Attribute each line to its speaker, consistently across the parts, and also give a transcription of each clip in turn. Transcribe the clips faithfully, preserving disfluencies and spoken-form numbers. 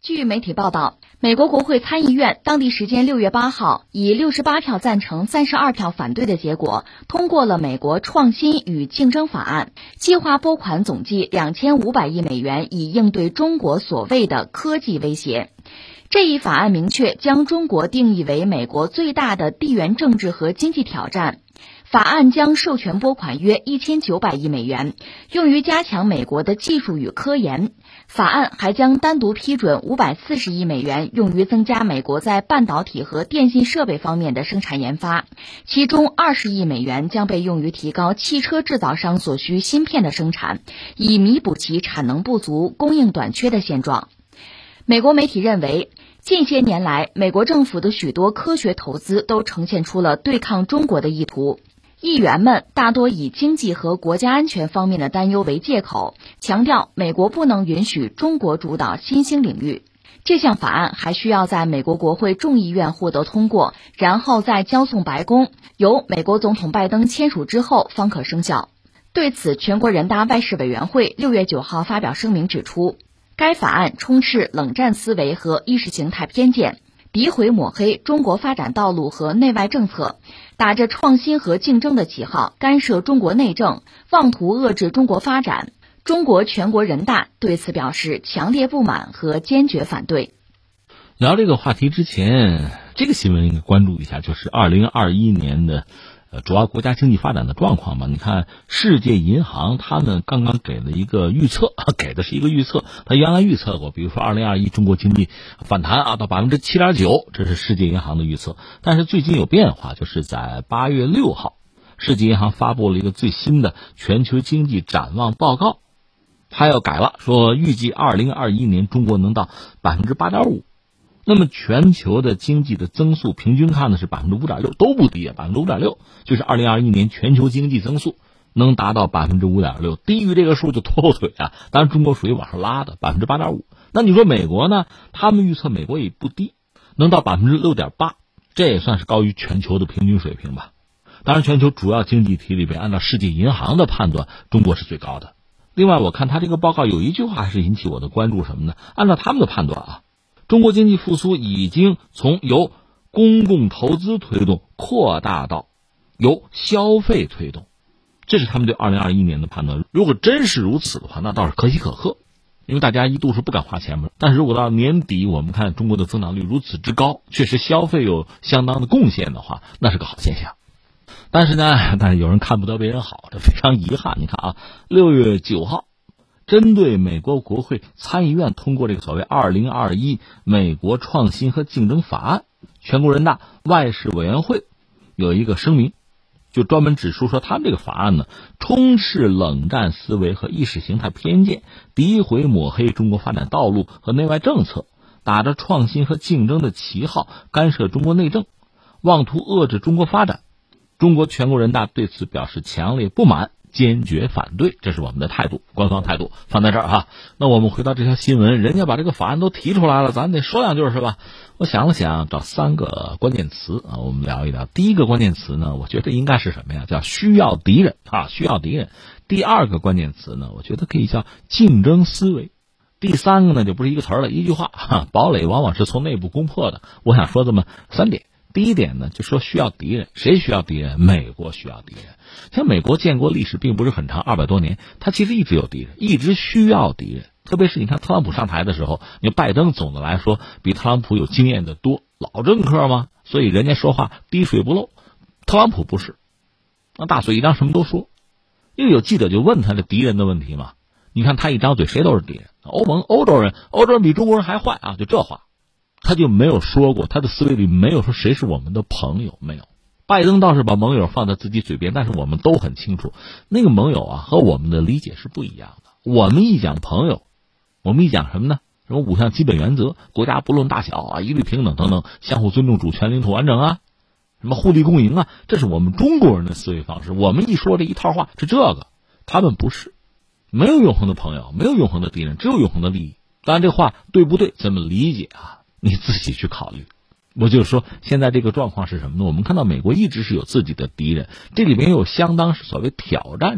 Speaker 1: 据媒体报道，美国国会参议院当地时间六月八号以六十八票赞成、三十二票反对的结果，通过了美国创新与竞争法案，计划拨款总计两千五百亿美元，以应对中国所谓的科技威胁。这一法案明确将中国定义为美国最大的地缘政治和经济挑战。法案将授权拨款约一千九百亿美元，用于加强美国的技术与科研。法案还将单独批准五百四十亿美元，用于增加美国在半导体和电信设备方面的生产研发，其中二十亿美元将被用于提高汽车制造商所需芯片的生产，以弥补其产能不足、供应短缺的现状。美国媒体认为，近些年来，美国政府的许多科学投资都呈现出了对抗中国的意图。议员们大多以经济和国家安全方面的担忧为借口，强调美国不能允许中国主导新兴领域。这项法案还需要在美国国会众议院获得通过，然后再交送白宫，由美国总统拜登签署之后方可生效。对此，全国人大外事委员会六月九号发表声明指出，该法案充斥冷战思维和意识形态偏见，诋毁抹黑中国发展道路和内外政策，打着创新和竞争的旗号干涉中国内政，妄图遏制中国发展。中国全国人大对此表示强烈不满和坚决反对。
Speaker 2: 聊这个话题之前，这个新闻应该关注一下，就是二零二一年的呃，主要国家经济发展的状况吧。你看，世界银行他们刚刚给了一个预测，给的是一个预测。他原来预测过，比如说二零二一中国经济反弹啊到百分之七点九，这是世界银行的预测。但是最近有变化，就是在八月六号，世界银行发布了一个最新的全球经济展望报告，他要改了，说预计二零二一年中国能到百分之八点五。那么全球的经济的增速平均看的是百分之五点六，都不低啊，百分之五点六，就是二零二一年全球经济增速能达到百分之五点六，低于这个数就拖后腿啊。当然中国属于往上拉的百分之八点五。那你说美国呢？他们预测美国也不低，能到百分之六点八，这也算是高于全球的平均水平吧。当然，全球主要经济体里边，按照世界银行的判断，中国是最高的。另外，我看他这个报告有一句话还是引起我的关注，什么呢？按照他们的判断啊。中国经济复苏已经从由公共投资推动扩大到由消费推动，这是他们对二零二一年的判断。如果真是如此的话，那倒是可喜可贺，因为大家一度是不敢花钱嘛。但是如果到年底我们看中国的增长率如此之高，确实消费有相当的贡献的话，那是个好现象。但是呢，但是有人看不得别人好，这非常遗憾。你看啊，六月九号。针对美国国会参议院通过这个所谓二零二一美国创新和竞争法案，全国人大外事委员会有一个声明，就专门指出说他们这个法案呢充斥冷战思维和意识形态偏见，诋毁抹黑中国发展道路和内外政策，打着创新和竞争的旗号干涉中国内政，妄图遏制中国发展。中国全国人大对此表示强烈不满，坚决反对，这是我们的态度，官方态度放在这儿哈。那我们回到这条新闻，人家把这个法案都提出来了，咱得说两句是吧？我想了想，找三个关键词啊，我们聊一聊。第一个关键词呢，我觉得应该是什么呀？叫需要敌人啊，需要敌人。第二个关键词呢，我觉得可以叫竞争思维。第三个呢，就不是一个词儿了，一句话哈，堡垒往往是从内部攻破的。我想说这么三点。第一点呢，就说需要敌人，谁需要敌人？美国需要敌人。像美国建国历史并不是很长，二百多年，它其实一直有敌人，一直需要敌人。特别是你看特朗普上台的时候，你拜登总的来说比特朗普有经验的多，老政客嘛，所以人家说话滴水不漏。特朗普不是，那大嘴一张什么都说。又有记者就问他这敌人的问题嘛，你看他一张嘴谁都是敌人，欧盟欧洲人，欧洲人比中国人还坏啊，就这话。他就没有说过，他的思维里没有说谁是我们的朋友，没有。拜登倒是把盟友放在自己嘴边，但是我们都很清楚，那个盟友啊和我们的理解是不一样的。我们一讲朋友，我们一讲什么呢？什么五项基本原则，国家不论大小啊，一律平等等等，相互尊重主权领土完整啊，什么互利共赢啊，这是我们中国人的思维方式。我们一说这一套话是这个，他们不是，没有永恒的朋友，没有永恒的敌人，只有永恒的利益。当然这话对不对，怎么理解啊？你自己去考虑。我就说现在这个状况是什么呢？我们看到美国一直是有自己的敌人，这里面有相当是所谓挑战者。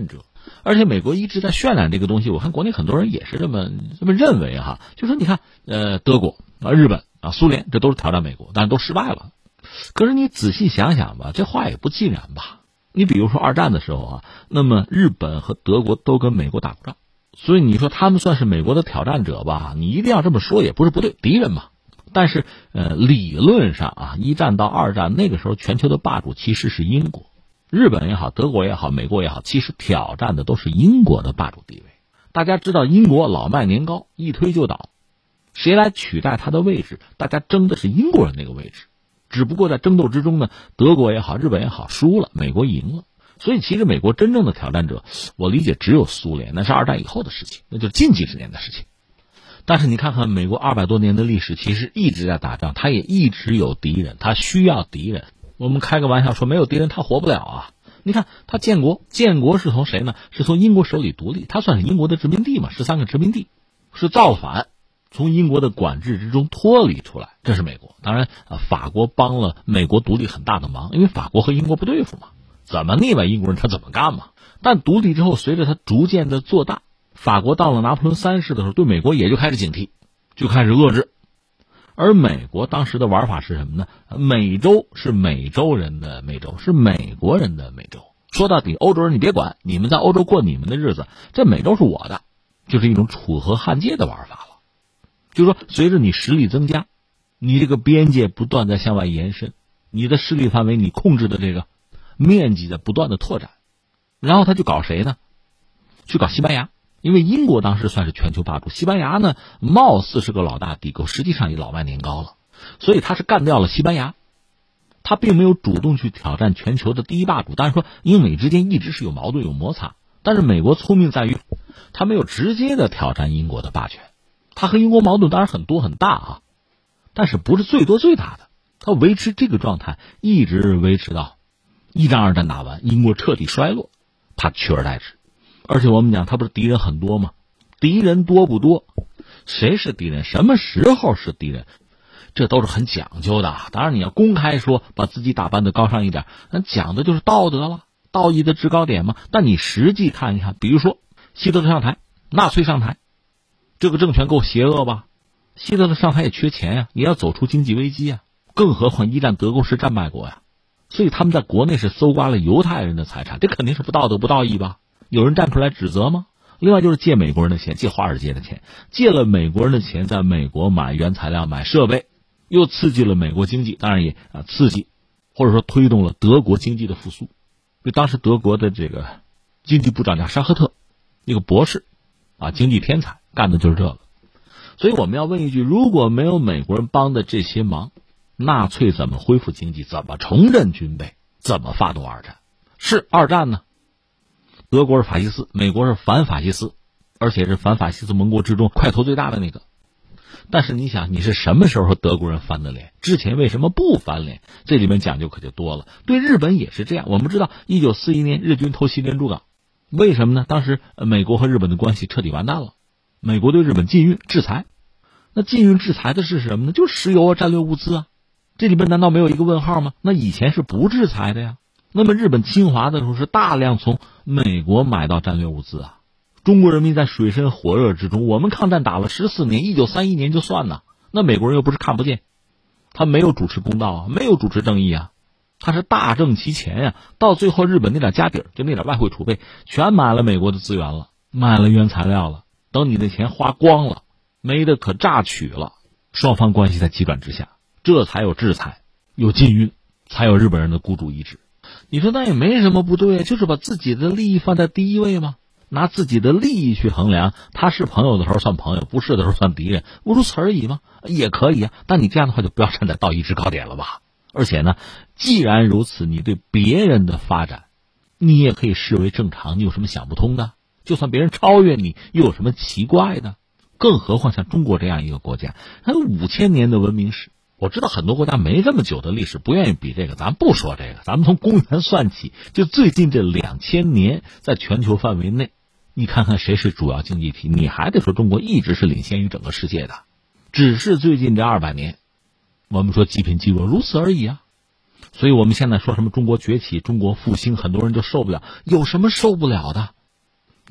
Speaker 2: 而且美国一直在渲染这个东西，我看国内很多人也是这么这么认为哈，就说你看，呃，德国啊、日本啊、苏联，这都是挑战美国，但是都失败了。可是你仔细想想吧，这话也不尽然吧。你比如说二战的时候啊，那么日本和德国都跟美国打过仗，所以你说他们算是美国的挑战者吧，你一定要这么说也不是不对，敌人嘛。但是呃，理论上啊，一战到二战那个时候，全球的霸主其实是英国。日本也好，德国也好，美国也好，其实挑战的都是英国的霸主地位。大家知道英国老迈年高，一推就倒，谁来取代他的位置？大家争的是英国人那个位置。只不过在争斗之中呢，德国也好，日本也好，输了，美国赢了。所以其实美国真正的挑战者，我理解只有苏联，那是二战以后的事情，那就是近几十年的事情。但是你看看美国二百多年的历史，其实一直在打仗，他也一直有敌人，他需要敌人。我们开个玩笑说，没有敌人他活不了啊！你看他建国，建国是从谁呢？是从英国手里独立，他算是英国的殖民地嘛，十三个殖民地是造反，从英国的管制之中脱离出来，这是美国。当然，呃，法国帮了美国独立很大的忙，因为法国和英国不对付嘛，怎么腻歪英国人他怎么干嘛。但独立之后，随着他逐渐的做大，法国到了拿破仑三世的时候，对美国也就开始警惕，就开始遏制。而美国当时的玩法是什么呢？美洲是美洲人的美洲，是美国人的美洲。说到底，欧洲人你别管，你们在欧洲过你们的日子，这美洲是我的，就是一种楚河汉界的玩法了。就是说，随着你实力增加，你这个边界不断在向外延伸，你的势力范围，你控制的这个面积在不断的拓展，然后他就搞谁呢？去搞西班牙。因为英国当时算是全球霸主，西班牙呢貌似是个老大帝国，实际上也老迈年高了，所以他是干掉了西班牙，他并没有主动去挑战全球的第一霸主。当然说英美之间一直是有矛盾有摩擦，但是美国聪明在于他没有直接的挑战英国的霸权，他和英国矛盾当然很多很大啊，但是不是最多最大的，他维持这个状态一直维持到一战二战打完，英国彻底衰落，他取而代之。而且我们讲他不是敌人很多吗？敌人多不多？谁是敌人？什么时候是敌人？这都是很讲究的。当然你要公开说把自己打扮的高尚一点，那讲的就是道德了，道义的制高点嘛。但你实际看一看，比如说希特勒上台，纳粹上台，这个政权够邪恶吧？希特勒上台也缺钱呀、啊，也要走出经济危机啊，更何况一战德国是战败国呀、啊，所以他们在国内是搜刮了犹太人的财产，这肯定是不道德不道义吧？有人站出来指责吗？另外就是借美国人的钱，借华尔街的钱，借了美国人的钱，在美国买原材料、买设备，又刺激了美国经济，当然也啊刺激或者说推动了德国经济的复苏。就当时德国的这个经济部长叫沙赫特，一个博士啊，经济天才，干的就是这个。所以我们要问一句，如果没有美国人帮的这些忙，纳粹怎么恢复经济？怎么重振军备？怎么发动二战？是二战呢？德国是法西斯，美国是反法西斯，而且是反法西斯盟国之中块头最大的那个。但是你想，你是什么时候和德国人翻的脸？之前为什么不翻脸？这里面讲究可就多了。对日本也是这样。我们知道一九四一年日军偷袭珍珠港，为什么呢？当时美国和日本的关系彻底完蛋了，美国对日本禁运制裁。那禁运制裁的是什么呢？就是石油啊，战略物资啊。这里边难道没有一个问号吗？那以前是不制裁的呀。那么日本侵华的时候是大量从美国买到战略物资啊，中国人民在水深火热之中，我们抗战打了十四年，一九三一年就算了，那美国人又不是看不见，他没有主持公道啊，没有主持正义啊，他是大挣其钱呀、啊。到最后日本那点家底儿，就那点外汇储备，全买了美国的资源了，买了原材料了，等你的钱花光了，没得可榨取了，双方关系在急转直下，这才有制裁，有禁运，才有日本人的孤注一掷。你说那也没什么不对，就是把自己的利益放在第一位嘛，拿自己的利益去衡量，他是朋友的时候算朋友，不是的时候算敌人，不如此而已嘛，也可以啊。但你这样的话就不要站在道义制高点了吧。而且呢，既然如此，你对别人的发展你也可以视为正常，你有什么想不通的？就算别人超越你，又有什么奇怪的？更何况像中国这样一个国家，它有五千年的文明史。我知道很多国家没这么久的历史，不愿意比这个，咱不说这个，咱们从公元算起，就最近这两千年，在全球范围内，你看看谁是主要经济体，你还得说中国一直是领先于整个世界的，只是最近这二百年，我们说积贫积弱，如此而已啊。所以我们现在说什么中国崛起、中国复兴，很多人就受不了，有什么受不了的？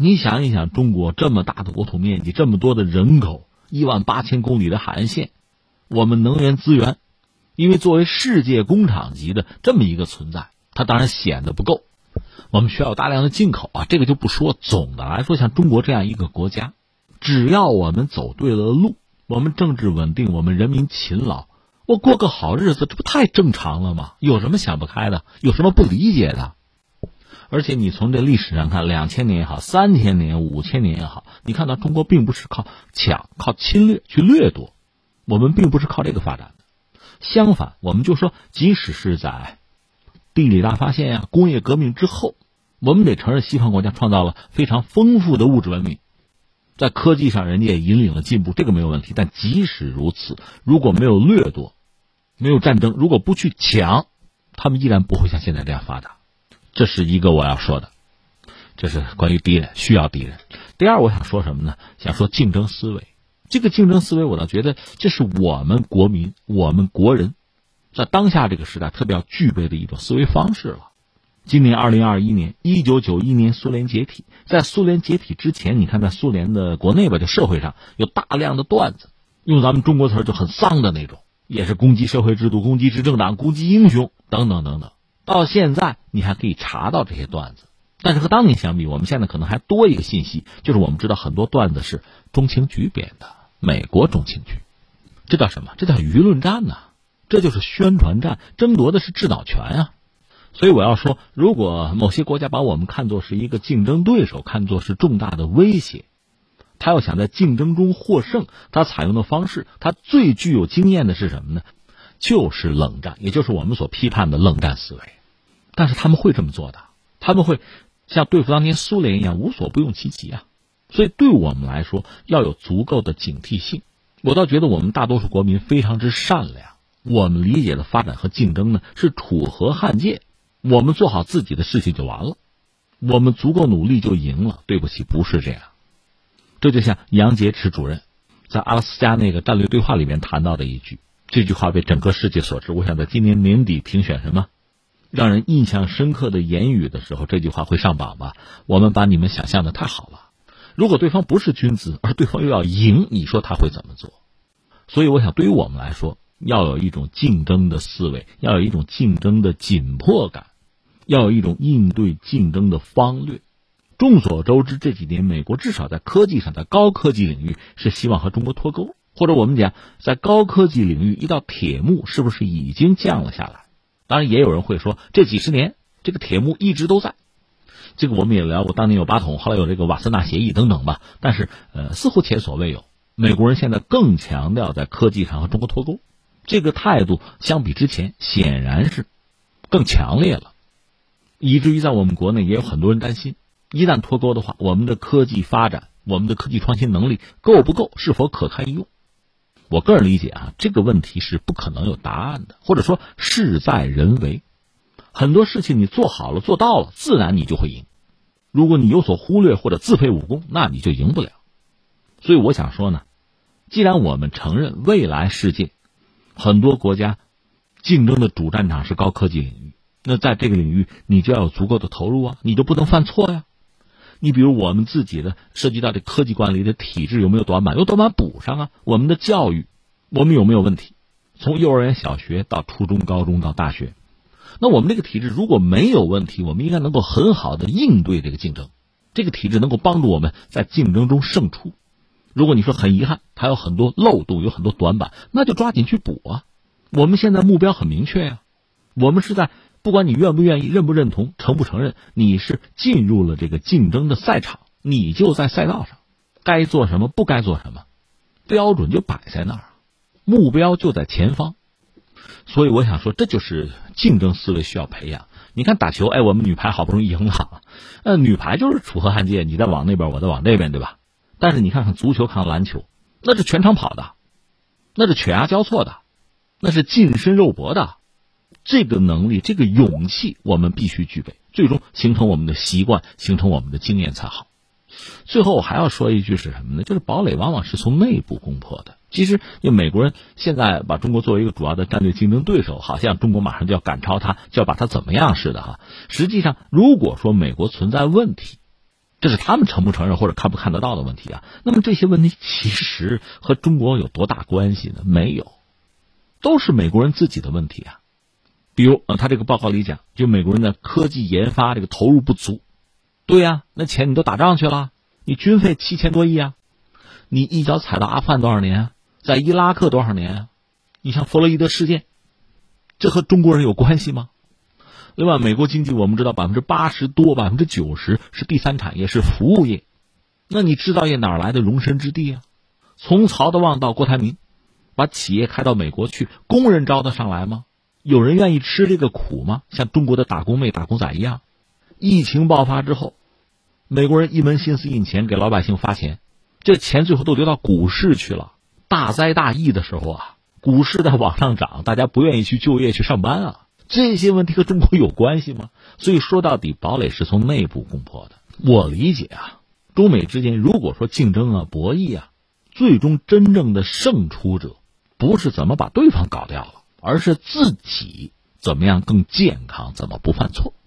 Speaker 2: 你想一想，中国这么大的国土面积，这么多的人口，一万八千公里的海岸线，我们能源资源，因为作为世界工厂级的这么一个存在，它当然显得不够，我们需要有大量的进口啊，这个就不说。总的来说，像中国这样一个国家，只要我们走对了路，我们政治稳定，我们人民勤劳，我过个好日子，这不太正常了吗？有什么想不开的？有什么不理解的？而且你从这历史上看，两千年也好，三千年、五千年也好，你看到中国并不是靠抢、靠侵略去掠夺，我们并不是靠这个发展的。相反，我们就说，即使是在地理大发现呀、工业革命之后，我们得承认西方国家创造了非常丰富的物质文明，在科技上人家也引领了进步，这个没有问题。但即使如此，如果没有掠夺，没有战争，如果不去抢，他们依然不会像现在这样发达。这是一个我要说的，这是关于敌人，需要敌人。第二，我想说什么呢？想说竞争思维。这个竞争思维，我倒觉得这是我们国民、我们国人在当下这个时代特别要具备的一种思维方式了。今年二零二一年，一九九一年苏联解体，在苏联解体之前，你看在苏联的国内吧，就社会上有大量的段子，用咱们中国词儿就很丧的那种，也是攻击社会制度、攻击执政党、攻击英雄等等等等。到现在你还可以查到这些段子，但是和当年相比，我们现在可能还多一个信息，就是我们知道很多段子是中情局编的，美国中情局。这叫什么？这叫舆论战呐、啊，这就是宣传战，争夺的是制导权啊。所以我要说，如果某些国家把我们看作是一个竞争对手，看作是重大的威胁，他要想在竞争中获胜，他采用的方式，他最具有经验的是什么呢？就是冷战，也就是我们所批判的冷战思维。但是他们会这么做的，他们会像对付当年苏联一样无所不用其极啊。所以对我们来说要有足够的警惕性。我倒觉得我们大多数国民非常之善良，我们理解的发展和竞争呢是楚河汉界，我们做好自己的事情就完了，我们足够努力就赢了。对不起，不是这样。这就像杨洁篪主任在阿拉斯加那个战略对话里面谈到的一句，这句话被整个世界所知。我想在今年年底评选什么让人印象深刻的言语的时候，这句话会上榜吧。我们把你们想象的太好了，如果对方不是君子，而对方又要赢，你说他会怎么做？所以我想对于我们来说，要有一种竞争的思维，要有一种竞争的紧迫感，要有一种应对竞争的方略。众所周知，这几年美国至少在科技上，在高科技领域是希望和中国脱钩，或者我们讲在高科技领域一道铁幕是不是已经降了下来？当然也有人会说，这几十年这个铁幕一直都在。这个我们也聊过，当年有八统，后来有这个瓦森纳协议等等吧。但是呃，似乎前所未有，美国人现在更强调在科技上和中国脱钩，这个态度相比之前显然是更强烈了，以至于在我们国内也有很多人担心，一旦脱钩的话，我们的科技发展，我们的科技创新能力够不够，是否可堪用？我个人理解啊，这个问题是不可能有答案的，或者说事在人为。很多事情你做好了做到了，自然你就会赢。如果你有所忽略或者自废武功，那你就赢不了。所以我想说呢，既然我们承认未来世界很多国家竞争的主战场是高科技领域，那在这个领域你就要有足够的投入啊，你就不能犯错呀。你比如我们自己的涉及到这科技管理的体制有没有短板，有短板补上啊。我们的教育我们有没有问题，从幼儿园小学到初中高中到大学，那我们这个体制如果没有问题，我们应该能够很好的应对这个竞争，这个体制能够帮助我们在竞争中胜出。如果你说很遗憾它有很多漏洞，有很多短板，那就抓紧去补啊。我们现在目标很明确呀、啊，我们是在不管你愿不愿意，认不认同，承不承认，你是进入了这个竞争的赛场，你就在赛道上，该做什么不该做什么，标准就摆在那儿，目标就在前方。所以我想说，这就是竞争思维需要培养。你看打球，哎，我们女排好不容易赢了，呃，女排就是楚河汉界，你在往那边，我在往这边，对吧？但是你看看足球，看篮球，那是全场跑的，那是犬牙交错的，那是近身肉搏的。这个能力，这个勇气我们必须具备，最终形成我们的习惯，形成我们的经验才好。最后我还要说一句是什么呢？就是堡垒往往是从内部攻破的。其实因为美国人现在把中国作为一个主要的战略竞争对手，好像中国马上就要赶超他，就要把他怎么样似的哈。实际上如果说美国存在问题， 这是他们承不承认或者看不看得到的问题啊。那么这些问题其实和中国有多大关系呢？没有，都是美国人自己的问题啊。比如呃，他这个报告里讲，就美国人的科技研发这个投入不足。对呀、啊，那钱你都打仗去了，你军费七千多亿啊，你一脚踩到阿富汗多少年啊，在伊拉克多少年啊？你像弗洛伊德事件，这和中国人有关系吗？另外，美国经济我们知道百分之八十多、百分之九十是第三产业，是服务业。那你制造业哪来的容身之地啊？从曹德旺到郭台铭，把企业开到美国去，工人招得上来吗？有人愿意吃这个苦吗？像中国的打工妹、打工仔一样。疫情爆发之后，美国人一门心思印钱，给老百姓发钱，这钱最后都流到股市去了。大灾大疫的时候啊，股市在往上涨，大家不愿意去就业去上班啊。这些问题和中国有关系吗？所以说到底，堡垒是从内部攻破的。我理解啊，中美之间如果说竞争啊、博弈啊，最终真正的胜出者不是怎么把对方搞掉了，而是自己怎么样更健康，怎么不犯错。